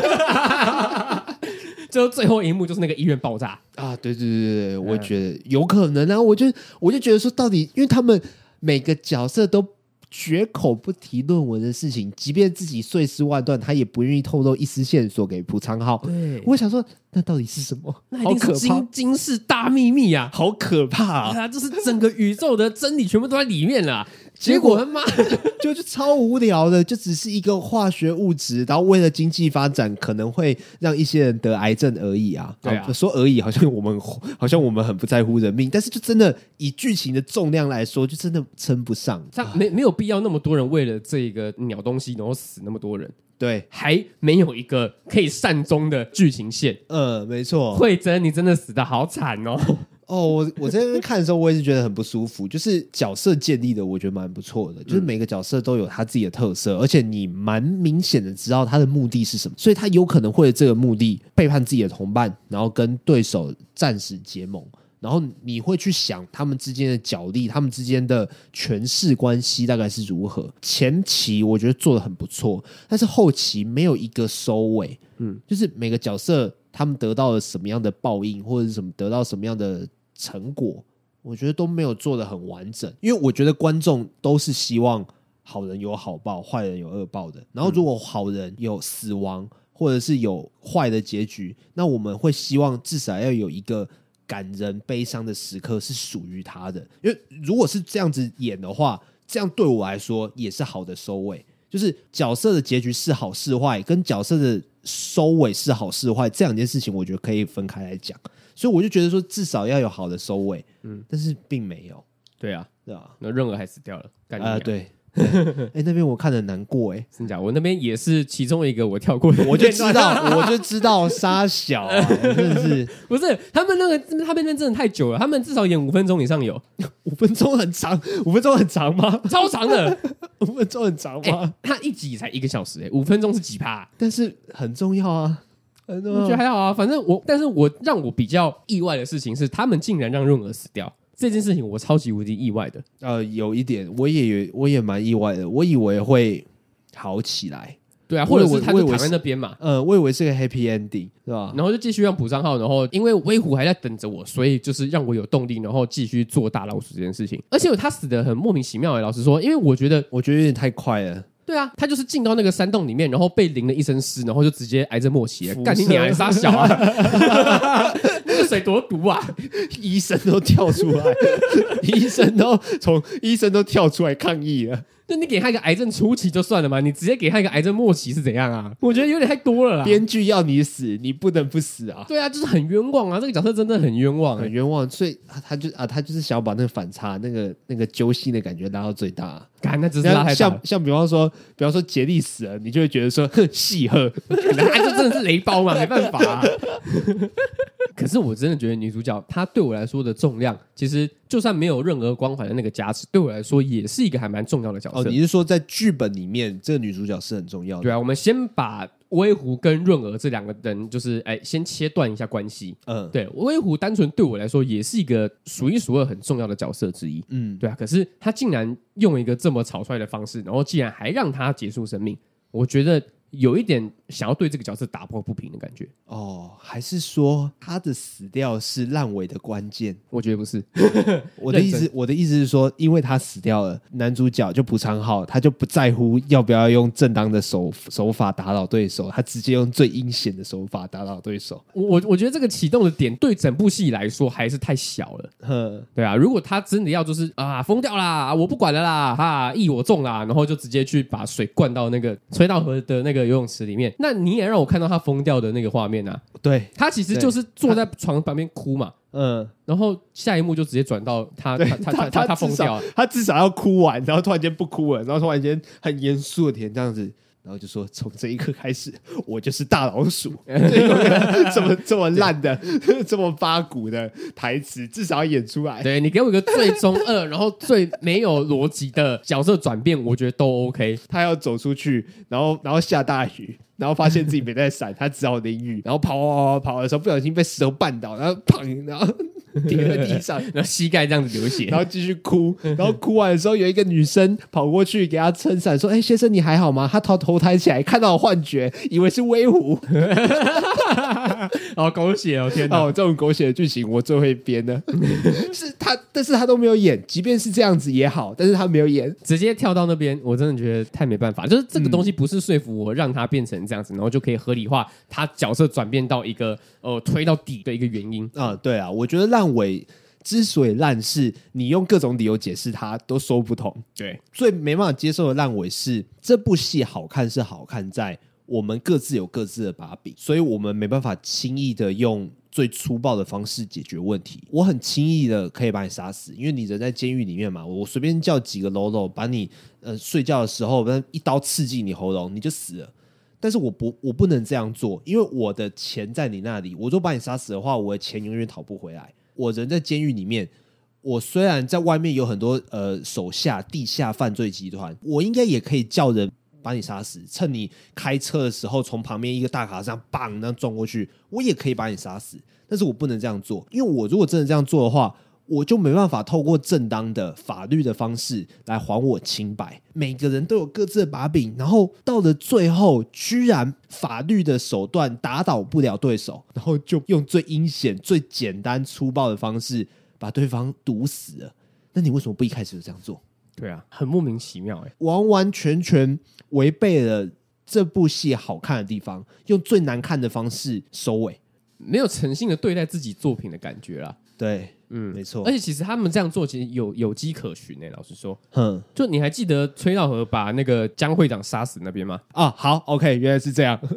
就最后一幕就是那个医院爆炸啊！对，我觉得有可能啊，我就觉得说，到底因为他们每个角色都绝口不提论文的事情，即便自己碎尸万段，他也不愿意透露一丝线索给朴昌浩。我想说，那到底是什么？ 那一定是惊世大秘密啊！ 好可怕啊！ 就是整个宇宙的真理全部都在里面了。结果他妈就超无聊的，就只是一个化学物质，然后为了经济发展，可能会让一些人得癌症而已啊。 对啊， 说而已，好像我们很不在乎人命，但是就真的以剧情的重量来说，就真的称不上。 没有必要那么多人为了这个鸟东西，然后死那么多人。 对， 还没有一个可以善终的剧情线。 没错。 慧珍，你真的死得好惨哦。 我在那边看的时候，我也是觉得很不舒服。就是角色建立的，我觉得蛮不错的。就是每个角色都有他自己的特色，而且你蛮明显的知道他的目的是什么，所以他有可能会这个目的背叛自己的同伴，然后跟对手暂时结盟。然后你会去想他们之间的角力，他们之间的权势关系大概是如何。前期我觉得做得很不错，但是后期没有一个收尾。就是每个角色他们得到了什么样的报应，或者是得到什么样的成果，我觉得都没有做得很完整。因为我觉得观众都是希望好人有好报，坏人有恶报的。然后如果好人有死亡，或者是有坏的结局，那我们会希望至少要有一个感人悲伤的时刻是属于他的。因为如果是这样子演的话，这样对我来说也是好的收尾。就是角色的结局是好是坏，跟角色的收尾是好是坏，这两件事情我觉得可以分开来讲。所以我就觉得说至少要有好的收尾，但是并没有。 对啊， 啊， 那任儿还死掉了， 对。那边我看得难过真假？我那边也是其中一个我跳过的， 我就知道沙小啊，真的是不是他们那边真的太久了，他们至少演5分钟以上有 ，5分钟很长，5分钟很长吗？ 超长的 ，5分钟很长吗？ 他一集才1个小时，5分钟是几趴？ 但是很重要啊。 我觉得还好啊，反正但是让我比较意外的事情是，他们竟然让润儿死掉。这件事情我超级无敌意外的。 有一点，我也蛮意外的。我以为会好起来， 对啊，或者是他就躺在那边嘛。 我以为是个 happy ending， 是吧？ 然后就继续让朴昌浩，然后因为威虎还在等着我，所以就是让我有动力，然后继续做大老鼠这件事情。而且他死得很莫名其妙老实说，因为我觉得有点太快了。 对啊，他就是进到那个山洞里面，然后被淋了一身湿，然后就直接癌症末期了。干你娘，杀小啊！那个水多毒啊！ 医生都跳出来，医生都跳出来抗议了。 就你给他一个癌症初期就算了嘛，你直接给他一个癌症末期是怎样啊？我觉得有点太多了啦。 编剧要你死，你不能不死啊！ 对啊，就是很冤枉啊！这个角色真的很冤枉， 很冤枉。所以他就是想要把那个反差、那个揪心的感觉拉到最大。 干，那只是拉太大。 像比方说杰利死了，你就会觉得说戏鹤， 他就真的是雷包嘛，没办法啊。 可是我真的觉得女主角她对我来说的重量，其实就算没有任何光环的那个加持，对我来说也是一个还蛮重要的角色。 哦，你是说在剧本里面，这个女主角是很重要的？ 对啊，我们先把微湖跟润儿这两个人，就是先切断一下关系。对，微湖单纯对我来说也是一个数一数二很重要的角色之一。对啊，可是他竟然用一个这么草率的方式，然后竟然还让他结束生命，我觉得有一点想要对这个角色打抱不平的感觉。 哦，还是说他的死掉是烂尾的关键？ 我觉得不是。 我的意思是说，因为他死掉了，男主角就朴昌浩他就不在乎要不要用正当的手法打倒对手，他直接用最阴险的手法打倒对手。 我觉得这个启动的点对整部戏来说还是太小了。对啊，如果他真的要就是疯掉啦，我不管了啦，意我中啦，然后就直接去把水灌到那个吹到河的那个游泳池里面，那你也让我看到他疯掉的那个画面啊。 对， 他其实就是坐在床旁边哭嘛。然后下一幕就直接转到他疯掉， 他至少要哭完，然后突然间不哭了，然后突然间很严肃的填这样子，然后就说从这一刻开始，我就是大老鼠。这么烂的、这么八股的台词，至少要演出来。 对，你给我一个最中二，然后最没有逻辑的角色转变，我觉得都 OK。 他要走出去，然后下大雨。然后发现自己没在闪，他只好淋雨，然后跑的时候不小心被石头绊倒，然后砰，然后跌在地上， 然后膝盖这样子流血， 然后继续哭，然后哭完的时候有一个女生跑过去给他撑伞，说：“先生你还好吗？”他头抬起来看到了幻觉，以为是微湖。 好狗血哦！天哪， 这种狗血的剧情我最会编的。是他，但是他都没有演，即便是这样子也好，但是他没有演， 直接跳到那边，我真的觉得太没办法。就是这个东西不是说服我让他变成这样子，然后就可以合理化他角色转变到一个推到底的一个原因啊。对啊，我觉得烂尾之所以烂，是你用各种理由解释它都说不通。 对， 最没办法接受的烂尾是这部戏好看是好看在我们各自有各自的把柄，所以我们没办法轻易的用最粗暴的方式解决问题。我很轻易的可以把你杀死，因为你人在监狱里面嘛，我随便叫几个喽啰把你睡觉的时候一刀刺进你喉咙，你就死了。但是我不能这样做，因为我的钱在你那里，我如果把你杀死的话，我的钱永远讨不回来。我人在监狱里面，我虽然在外面有很多手下地下犯罪集团，我应该也可以叫人把你杀死，趁你开车的时候从旁边一个大卡上砰那样撞过去，我也可以把你杀死。但是我不能这样做，因为我如果真的这样做的话，我就没办法透过正当的法律的方式来还我清白。每个人都有各自的把柄，然后到了最后居然法律的手段打倒不了对手，然后就用最阴险最简单粗暴的方式把对方毒死了。那你为什么不一开始就这样做？ 对啊，很莫名其妙完完全全违背了这部戏好看的地方，用最难看的方式收尾， 没有诚信的对待自己作品的感觉啦。 对，没错。 而且其实他们这样做其实有迹可循老实说，就你还记得崔道和把那个江会长杀死那边吗？ 好 ，OK， 原来是这样。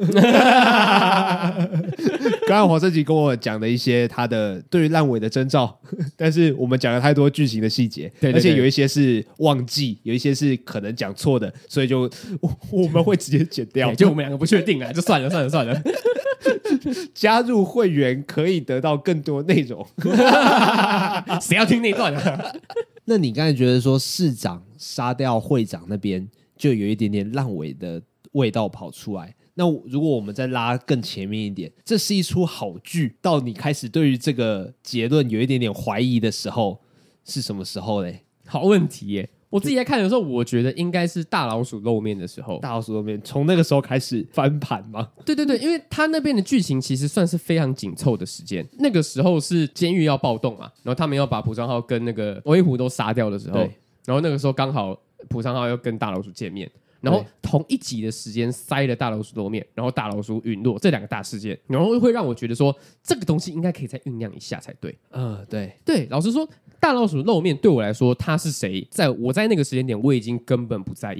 刚刚黄胜吉跟我讲的一些他的对于烂尾的征兆，但是我们讲了太多剧情的细节， 对， 而且有一些是忘记，有一些是可能讲错的，所以就我们会直接剪掉， 就我们两个不确定就算了。 加入会员可以得到更多内容。 谁要听那段啊？ 那你刚才觉得说市长杀掉会长那边就有一点点烂尾的味道跑出来，那如果我们再拉更前面一点，这是一出好剧，到你开始对于这个结论有一点点怀疑的时候是什么时候嘞？ 好问题耶。我自己在看的时候，我觉得应该是大老鼠露面的时候。 大老鼠露面，从那个时候开始翻盘吗？ 对，因为他那边的剧情其实算是非常紧凑的时间。那个时候是监狱要暴动嘛，然后他们要把朴昌浩跟那个微湖都杀掉的时候，然后那个时候刚好朴昌浩要跟大老鼠见面，然后同一集的时间塞了大老鼠露面，然后大老鼠陨落这两个大事件，然后会让我觉得说这个东西应该可以再酝酿一下才对。对，老实说。大老鼠露面对我来说他是谁，我在那个时间点我已经根本不在意了，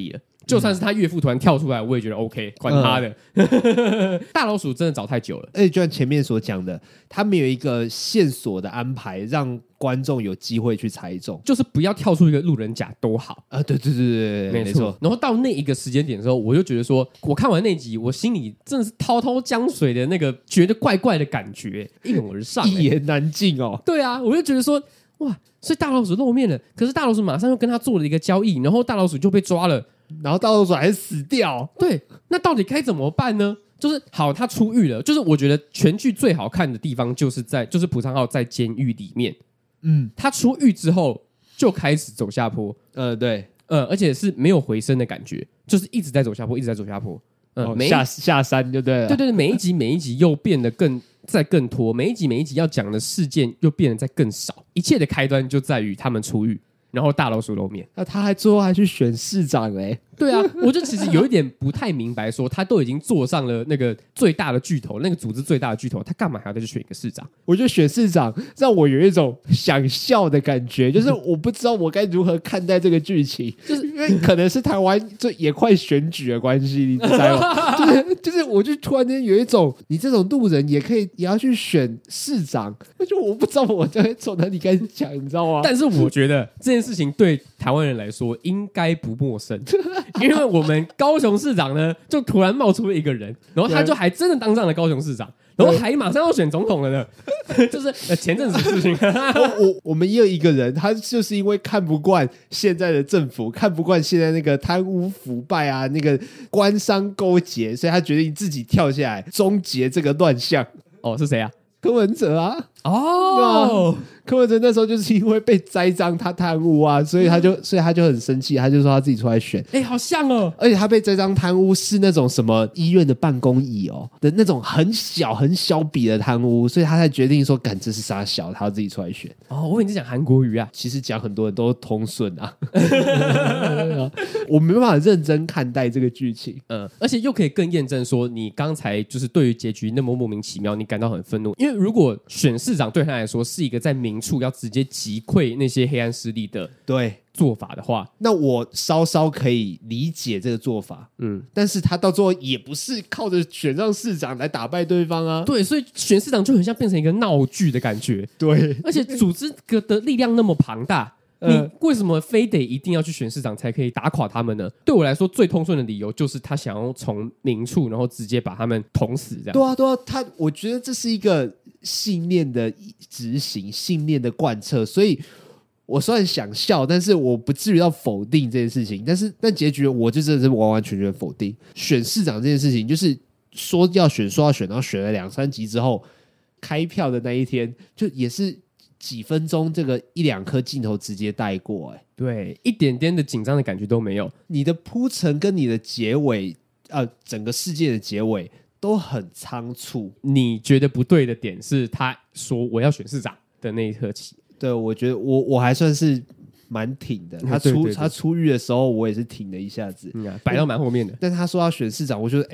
就算是他岳父突然跳出来，我也觉得 OK， 管他的。大老鼠真的找太久了， 而且就像前面所讲的，他们有一个线索的安排，让观众有机会去猜中， 就是不要跳出一个路人甲都好啊！对对对对，没错。 然后到那一个时间点的时候，我就觉得说，我看完那集，我心里真的是滔滔江水的那个觉得怪怪的感觉一涌而上， 一言难尽哦。 对啊，我就觉得说，哇，所以大老鼠露面了，可是大老鼠马上又跟他做了一个交易，然后大老鼠就被抓了， 然后大老鼠还死掉。 对，那到底该怎么办呢？就是好，他出狱了，就是我觉得全剧最好看的地方就是朴昌浩在监狱里面，他出狱之后就开始走下坡， 对， 而且是没有回升的感觉，就是一直在走下坡，一直在走下坡， 下山就对了， 对，每一集又变得更拖，每一集要讲的事件又变得再更少，一切的开端就在于他们出狱，然后大老鼠露面， 那他最后还去选市长嘞。 对啊，我就其实有一点不太明白，说他都已经坐上了那个最大的巨头，那个组织最大的巨头，他干嘛还要再去选一个市长？ 我觉得选市长让我有一种想笑的感觉，就是我不知道我该如何看待这个剧情，就是因为可能是台湾这也快选举的关系，你知道吗？就是我就突然间有一种，你这种路人也要去选市长，就我不知道我在从哪里开始讲，你知道吗？ 但是我觉得这件事情对台湾人来说应该不陌生。因为我们高雄市长呢，就突然冒出了一个人，然后他就还真的当上了高雄市长，然后还马上要选总统了呢，就是前阵子的事情。 我们也有一个人，他就是因为看不惯现在的政府，看不惯现在那个贪污腐败啊，那个官商勾结，所以他决定自己跳下来终结这个乱象。 哦，是谁啊？ 柯文哲啊。 哦， 柯文哲那时候就是因为被栽赃他贪污啊，所以他就很生气，他就说他自己出来选。 好像哦， 而且他被栽赃贪污是那种什么医院的办公椅的那种很小笔的贪污，所以他才决定说，干这是傻小，他要自己出来选。 哦，我以为你在讲韩国瑜啊， 其实讲很多人都通顺啊，我没办法认真看待这个剧情。 而且又可以更验证说，你刚才就是对于结局那么莫名其妙，你感到很愤怒，因为如果选市长对他来说是一个在明处要直接击溃那些黑暗势力的做法的话， 那我稍稍可以理解这个做法。但是他到最后也不是靠着选上市长来打败对方啊。 对，所以选市长就很像变成一个闹剧的感觉。 对， 而且组织的力量那么庞大。你为什么非得一定要去选市长才可以打垮他们呢？对我来说，最通顺的理由就是他想要从明处，然后直接把他们捅死，这样。 对啊，我觉得这是一个信念的执行，信念的贯彻，所以我虽然想笑，但是我不至于要否定这件事情。但结局我就真的是完完全全否定选市长这件事情，就是说要选，然后选了2-3集之后，开票的那一天，就也是几分钟，这个1-2颗镜头直接带过。 对，一点点的紧张的感觉都没有。 你的铺陈跟你的结尾，整个事件的结尾都很仓促。 你觉得不对的点是他说我要选市长的那一刻起。 对，我觉得我还算是蛮挺的。他出狱的时候，我也是挺了一下子， 摆到蛮后面的。 但他说要选市长，我觉得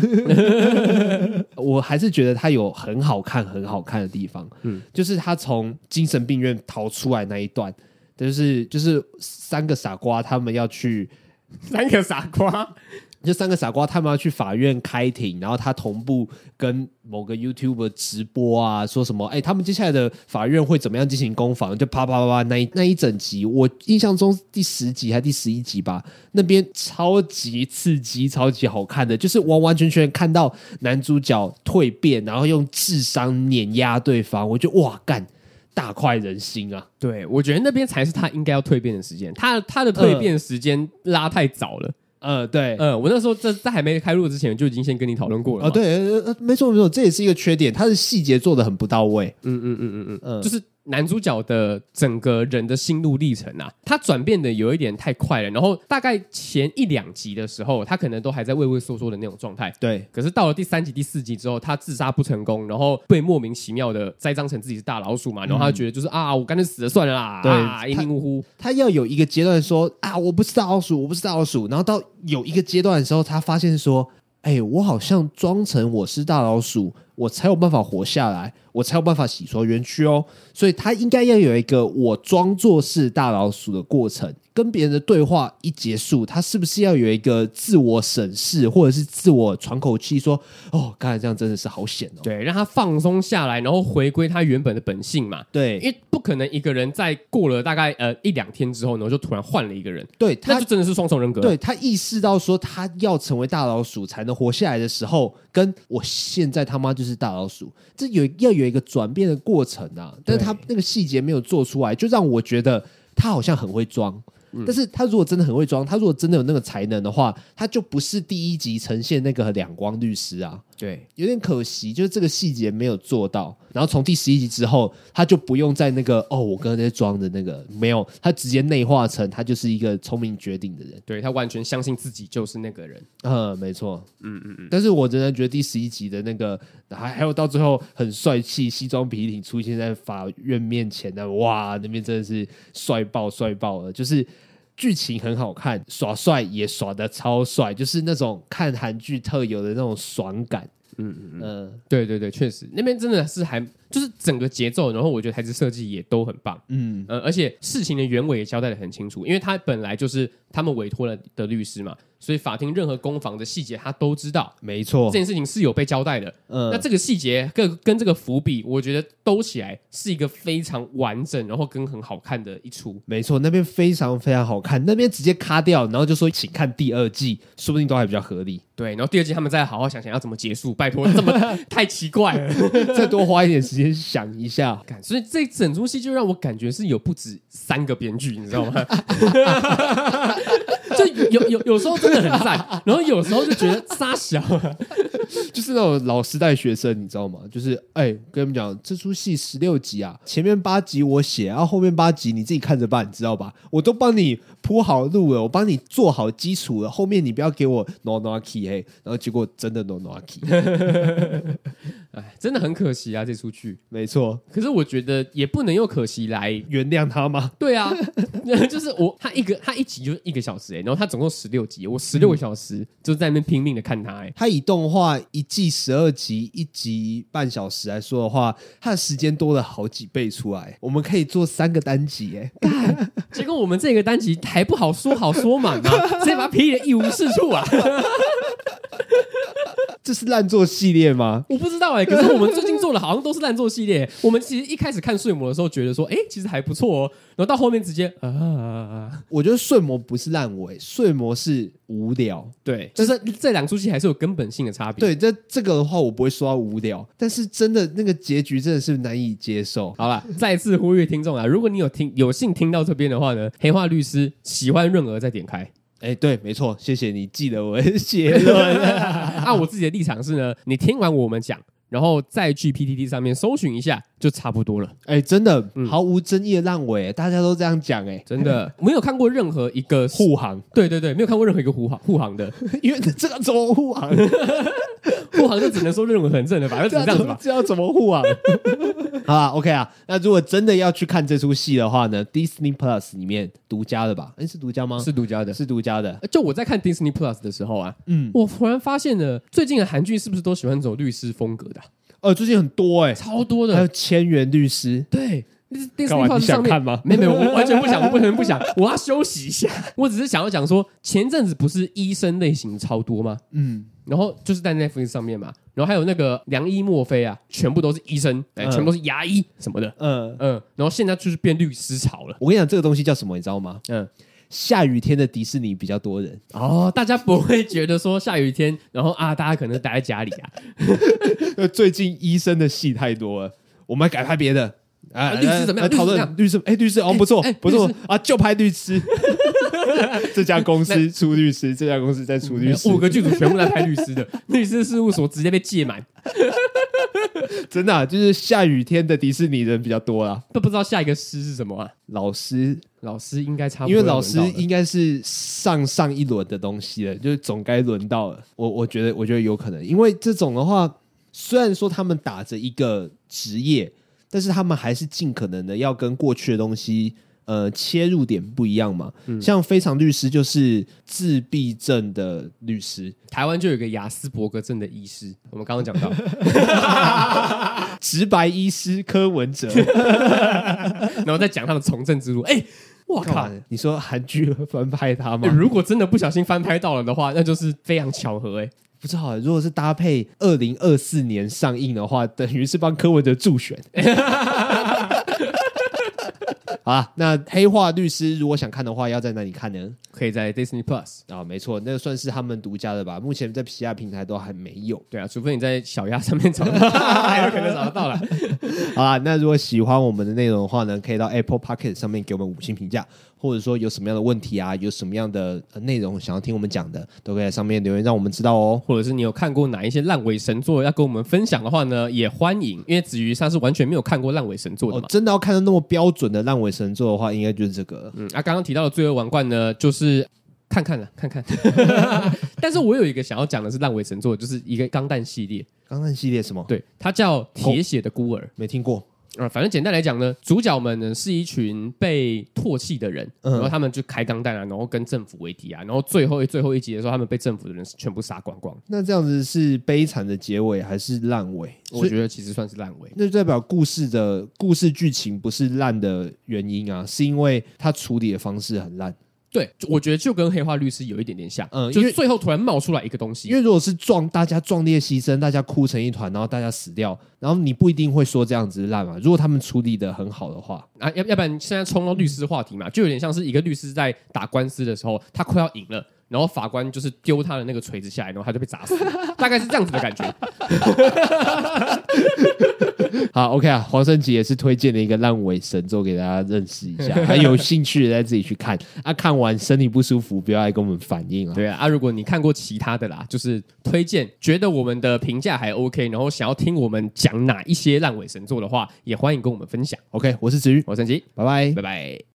我还是觉得他有很好看的地方。就是他从精神病院逃出来那一段，就是3个傻瓜他们要去 3个傻瓜。 就3个傻瓜，他们要去法院开庭，然后他同步跟某个 YouTuber 直播啊，说什么他们接下来的法院会怎么样进行攻防，就啪啪啪那一整集，我印象中第10集还第11集吧，那边超级刺激，超级好看的，就是完完全全看到男主角蜕变，然后用智商碾压对方，我觉得哇干，大快人心啊！ 对，我觉得那边才是他应该要蜕变的时间，他的蜕变时间拉太早了。 对， 我那时候在还没开录之前就已经先跟你讨论过了。 对，没错，这也是一个缺点，他的细节做得很不到位。 就是男主角的整个人的心路历程啊，他转变的有一点太快了。然后大概前1-2集的时候，他可能都还在畏畏缩缩的那种状态。 对， 可是到了第3集、第4集之后，他自杀不成功，然后被莫名其妙的栽赃成自己是大老鼠嘛，然后他就觉得就是我干脆死了算了啦， 对， 一命呜呼。 他要有一个阶段说我不是大老鼠，然后到有一个阶段的时候，他发现说，我好像装成我是大老鼠，我才有办法活下来，我才有办法洗刷冤屈哦。所以他应该要有一个我装作是大老鼠的过程， 跟别人的对话一结束，他是不是要有一个自我审视，或者是自我喘口气说，哦，刚才这样真的是好险哦。 对，让他放松下来，然后回归他原本的本性嘛。 对， 因为不可能一个人在过了大概1-2天之后，然后就突然换了一个人。 对， 那就真的是双重人格。 对，他意识到说他要成为大老鼠才能活下来的时候，跟我现在他妈就是大老鼠，这要有一个转变的过程啊。但是他那个细节没有做出来，就让我觉得他好像很会装。但是他如果真的很会装，他如果真的有那个才能的话，他就不是第一集呈现那个两光律师啊。 对， 有点可惜，就是这个细节没有做到。然后从第11集之后，他就不用在那个我刚才在装的那个没有，他直接内化成他就是一个聪明绝顶的人。 对，他完全相信自己就是那个人。 没错。但是我真的觉得第11集的那个还有到最后很帅气，西装笔挺出现在法院面前的，哇，那边真的是帅爆了，就是剧情很好看，耍帅也耍得超帅，就是那种看韩剧特有的那种爽感。 对，确实那边真的是就是整个节奏，然后我觉得台词设计也都很棒。而且事情的原委也交代得很清楚，因为他本来就是他们委托了的律师嘛，所以法庭任何攻防的细节他都知道。 没错， 这件事情是有被交代的。那这个细节跟这个伏笔，我觉得兜起来是一个非常完整，然后跟很好看的一出。 没错，那边非常非常好看，那边直接卡掉，然后就说请看第2季，说不定都还比较合理。 对，然后第2季他们再好好想想要怎么结束，拜托，这么太奇怪了， 再多花一点时间想一下。 所以这整出戏就让我感觉是有不止3个编剧，你知道吗？就有时候真的很赞，然后有时候就觉得傻小， 就是那种老师带学生，你知道吗？就是跟你们讲，这出戏16集啊，前面8集我写，然后后面8集你自己看着办，你知道吧？我都帮你铺好路了，我帮你做好基础了，后面你不要给我 no no key 然后结果真的 no no key， 真的很可惜啊，这出剧。 没错， 可是我觉得也不能用可惜来原谅他吗？ 对啊，就是他一集就1个小时然后他总共16集，我16个小时就在那边拼命的看他他以动画1季12集1集半小时来说的话，他的时间多了好几倍出来，我们可以做3个单集结果我们这个单集还不好说满啊，直接把它批得一无是处啊。 这是烂作系列吗？ 我不知道可是我们最近做的好像都是烂作系列。我们其实一开始看睡魔的时候觉得说其实还不错然后到后面直接我觉得睡魔不是烂尾，睡魔是无聊。 对，就是这2出戏还是有根本性的差别。 对，这个的话我不会说到无聊，但是真的那个结局真的是难以接受。 好啦，再次呼吁听众如果你有幸听到这边的话呢，黑化律师喜欢润儿再点开。 对，没错，谢谢你记得我的结论。 我自己的立场是呢，你听完我们讲，然后再去 PTT 上面搜寻一下，就差不多了。 真的毫无争议的烂尾，大家都这样讲真的没有看过任何一个护航。对， 没有看过任何一个护航的， 因为这个怎么护航？ 护航就只能说认为很正的吧，就只是这样子吧。 这要怎么护航？好啦 ，OK 啊。那如果真的要去看这出戏的话呢 ，Disney Plus 里面独家的吧？是独家吗？ 是独家的， 是独家的。 就我在看 Disney Plus 的时候啊，我突然发现了，最近的韩剧是不是都喜欢走律师风格的最近很多超多的， 还有千元律师。 对。 Disney Plus 上面看吗？ 没有，我完全不想，我不想，我要休息一下。我只是想要讲说，前阵子不是医生类型超多吗？然后就是在 Netflix 上面嘛，然后还有那个良医墨菲啊，全部都是医生，全部都是牙医什么的，然后现在就是变律师潮了。 我跟你讲，这个东西叫什么，你知道吗？下雨天的迪士尼比较多人大家不会觉得说下雨天，然后大家可能待在家里最近医生的戏太多了，我们改拍别的。 律师怎么样？ 讨论律师，律师不错，不错就拍律师。这家公司出律师，这家公司在出律师， 5个剧组全部在拍律师的，律师事务所直接被借满。 真的就是下雨天的迪士尼人比较多啦。 都不知道下一个师是什么老师应该差不多， 因为老师应该是上一轮的东西了，就是总该轮到了。我觉得有可能，因为这种的话，虽然说他们打着一个职业，但是他们还是尽可能的要跟过去的东西切入点不一样嘛。像非常律师就是自闭症的律师， 台湾就有一个亚斯伯格症的医师，我们刚刚讲到直白医师柯文哲然后再讲他的从政之路。 我靠！ 你说韩剧翻拍它吗？ 如果真的不小心翻拍到了的话，那就是非常巧合不知道，如果是搭配2024年上映的话，等于是帮柯文哲助选。好啦，那黑化律师如果想看的话，要在哪里看呢？ 可以在 Disney Plus 啊，没错，那个算是他们独家的吧。目前在其他平台都还没有。 对啊，除非你在小鸭上面找到，还有可能找得到啦。 好啦，那如果喜欢我们的内容的话呢，可以到 Apple Podcast 上面给我们5星评价，或者说有什么样的问题啊，有什么样的内容想要听我们讲的，都可以在上面留言让我们知道哦。 或者是你有看过哪一些烂尾神作要跟我们分享的话呢，也欢迎。因为子瑜他是完全没有看过烂尾神作的嘛。 真的要看到那么标准的烂尾神作的话，应该就是这个。 刚刚提到的《罪恶王冠》呢，就是看看。但是我有一个想要讲的是烂尾神作，就是一个钢弹系列。 钢弹系列什么？ 对，它叫《铁血的孤儿》， 没听过。 反正简单来讲呢，主角们呢是一群被唾弃的人，然后他们就开钢弹啊，然后跟政府为敌啊，然后最后一集的时候，他们被政府的人全部杀光光。 那这样子是悲惨的结尾还是烂尾？ 我觉得其实算是烂尾， 那就代表故事剧情不是烂的原因啊，是因为他处理的方式很烂。 对，我觉得就跟黑化律师有一点点像， 因为最后突然冒出来一个东西。 因为如果是大家壮烈牺牲，大家哭成一团，然后大家死掉，然后你不一定会说这样子烂嘛。如果他们处理的很好的话， 要不然现在冲到律师话题嘛，就有点像是一个律师在打官司的时候，他快要赢了。然后法官就是丢他的那个锤子下来，然后他就被砸死了，大概是这样子的感觉。 好 ，OK 啊，黄圣吉也是推荐了一个烂尾神作给大家认识一下，还有兴趣的再自己去看啊。看完身体不舒服，不要来跟我们反映啊。 对啊，如果你看过其他的啦，就是推荐，觉得我们的评价还 OK， 然后想要听我们讲哪一些烂尾神作的话，也欢迎跟我们分享。 OK， 我是子瑜， 我是陈吉， 拜拜， 拜拜。